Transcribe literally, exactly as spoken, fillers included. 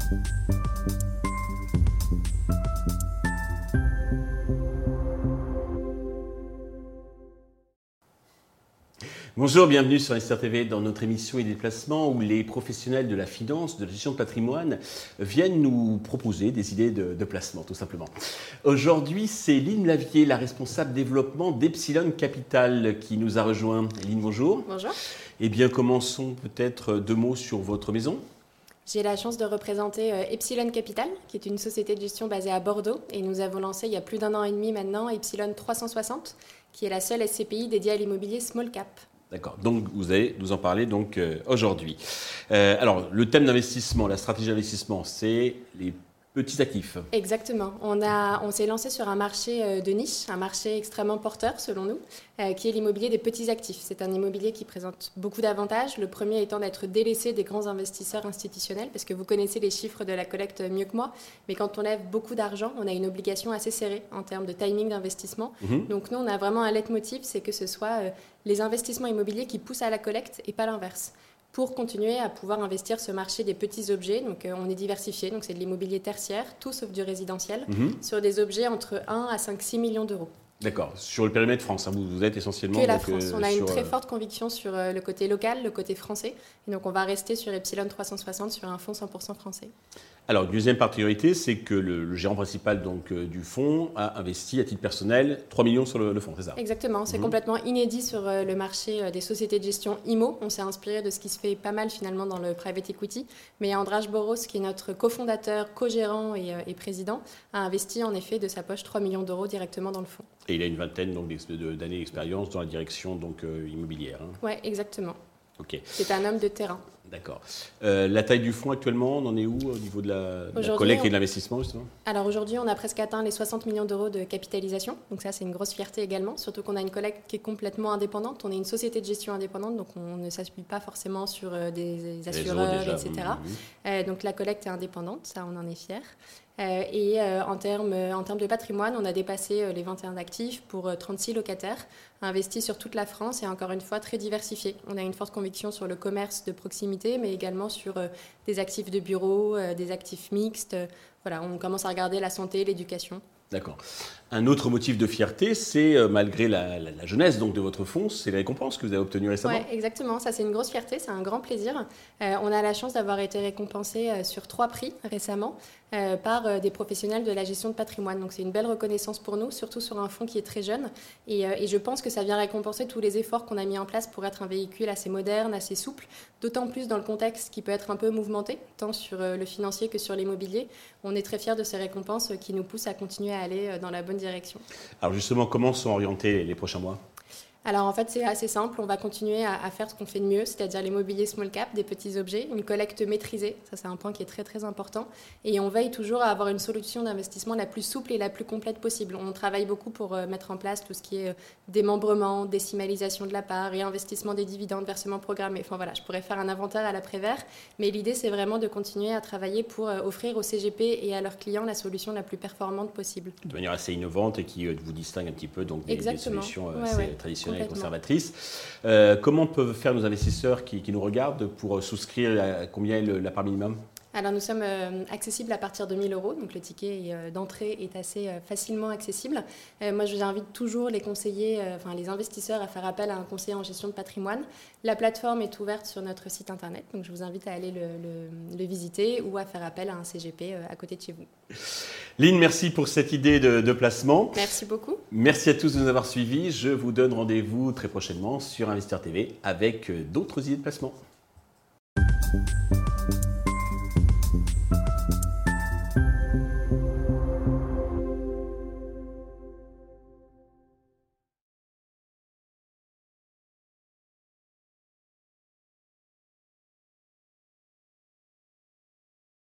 Bonjour, bienvenue sur Investir T V dans notre émission et déplacement où les professionnels de la finance, de la gestion de patrimoine viennent nous proposer des idées de, de placement, tout simplement. Aujourd'hui, c'est Lynn Lavier, la responsable développement d'Epsilon Capital, qui nous a rejoint. Lynn, bonjour. Bonjour. Eh bien, commençons peut-être deux mots sur votre maison. J'ai la chance de représenter Epsilon Capital, qui est une société de gestion basée à Bordeaux. Et nous avons lancé il y a plus d'un an et demi maintenant Epsilon trois cent soixante, qui est la seule S C P I dédiée à l'immobilier small cap. D'accord, donc vous allez nous en parler donc, euh, aujourd'hui. Euh, alors, le thème d'investissement, la stratégie d'investissement, c'est les petits actifs. Exactement. On, a, on s'est lancé sur un marché de niche, un marché extrêmement porteur selon nous, euh, qui est l'immobilier des petits actifs. C'est un immobilier qui présente beaucoup d'avantages. Le premier étant d'être délaissé des grands investisseurs institutionnels, parce que vous connaissez les chiffres de la collecte mieux que moi, mais quand on lève beaucoup d'argent, on a une obligation assez serrée en termes de timing d'investissement. Mmh. Donc nous, on a vraiment un leitmotiv, c'est que ce soit euh, les investissements immobiliers qui poussent à la collecte et pas l'inverse, pour continuer à pouvoir investir ce marché des petits objets. Donc euh, on est diversifié, donc c'est de l'immobilier tertiaire, tout sauf du résidentiel, mmh. sur des objets entre un à cinq à six millions d'euros. D'accord. Sur le périmètre France, hein, vous, vous êtes essentiellement... Que la donc, France. Euh, on a sur, une très forte conviction sur euh, le côté local, le côté français. Et donc on va rester sur Epsilon trois cent soixante, sur un fonds cent pour cent français. Alors, deuxième particularité, c'est que le, le gérant principal donc, euh, du fonds a investi à titre personnel trois millions sur le, le fonds, c'est ça? Exactement. C'est mmh. complètement inédit sur euh, le marché euh, des sociétés de gestion I M O. On s'est inspiré de ce qui se fait pas mal finalement dans le private equity. Mais András Boros, qui est notre cofondateur, co-gérant et, euh, et président, a investi en effet de sa poche trois millions d'euros directement dans le fonds. Et il a une vingtaine donc, d'années d'expérience dans la direction donc, euh, immobilière. Hein. Oui, exactement. Okay. C'est un homme de terrain. D'accord. Euh, la taille du fonds actuellement, on en est où au niveau de la, de la collecte on... et de l'investissement justement? Alors aujourd'hui, on a presque atteint les soixante millions d'euros de capitalisation. Donc ça, c'est une grosse fierté également. Surtout qu'on a une collecte qui est complètement indépendante. On est une société de gestion indépendante, donc on ne s'appuie pas forcément sur des, des assureurs, et cetera. Mmh, mmh. Euh, donc la collecte est indépendante, ça, on en est fiers. Euh, et euh, en, termes, en termes de patrimoine, on a dépassé euh, les vingt et un actifs pour euh, trente-six locataires, investis sur toute la France et encore une fois très diversifiés. On a une forte conviction sur le commerce de proximité, mais également sur euh, des actifs de bureau, euh, des actifs mixtes. Euh, voilà, on commence à regarder la santé, l'éducation. D'accord. Un autre motif de fierté, c'est euh, malgré la, la, la jeunesse donc, de votre fonds, c'est les récompenses que vous avez obtenues récemment. Oui, exactement. Ça, c'est une grosse fierté, c'est un grand plaisir. Euh, on a la chance d'avoir été récompensé euh, sur trois prix récemment euh, par euh, des professionnels de la gestion de patrimoine. Donc, c'est une belle reconnaissance pour nous, surtout sur un fonds qui est très jeune. Et, euh, et je pense que ça vient récompenser tous les efforts qu'on a mis en place pour être un véhicule assez moderne, assez souple, d'autant plus dans le contexte qui peut être un peu mouvementé, tant sur euh, le financier que sur l'immobilier. On est très fiers de ces récompenses qui nous poussent à continuer à aller dans la bonne direction. Alors justement, comment sont orientés les prochains mois ? Alors en fait, c'est assez simple. On va continuer à, à faire ce qu'on fait de mieux, c'est-à-dire l'immobilier small cap, des petits objets, une collecte maîtrisée. Ça, c'est un point qui est très, très important. Et on veille toujours à avoir une solution d'investissement la plus souple et la plus complète possible. On travaille beaucoup pour euh, mettre en place tout ce qui est euh, démembrement, décimalisation de la part, réinvestissement des dividendes, versement programmé. Enfin voilà, je pourrais faire un inventaire à l'après-vert. Mais l'idée, c'est vraiment de continuer à travailler pour euh, offrir aux C G P et à leurs clients la solution la plus performante possible. De manière assez innovante et qui euh, vous distingue un petit peu donc, des, des solutions euh, ouais, assez ouais, traditionnelles et conservatrices. Euh, comment peuvent faire nos investisseurs qui, qui nous regardent pour souscrire à combien est le, la part minimum ? Alors nous sommes euh, accessibles à partir de mille euros, donc le ticket euh, d'entrée est assez euh, facilement accessible. Euh, moi je vous invite toujours les conseillers, euh, enfin les investisseurs à faire appel à un conseiller en gestion de patrimoine. La plateforme est ouverte sur notre site internet, donc je vous invite à aller le, le, le visiter ou à faire appel à un C G P euh, à côté de chez vous. Lynn, merci pour cette idée de, de placement. Merci beaucoup. Merci à tous de nous avoir suivis. Je vous donne rendez-vous très prochainement sur Investir T V avec d'autres idées de placement.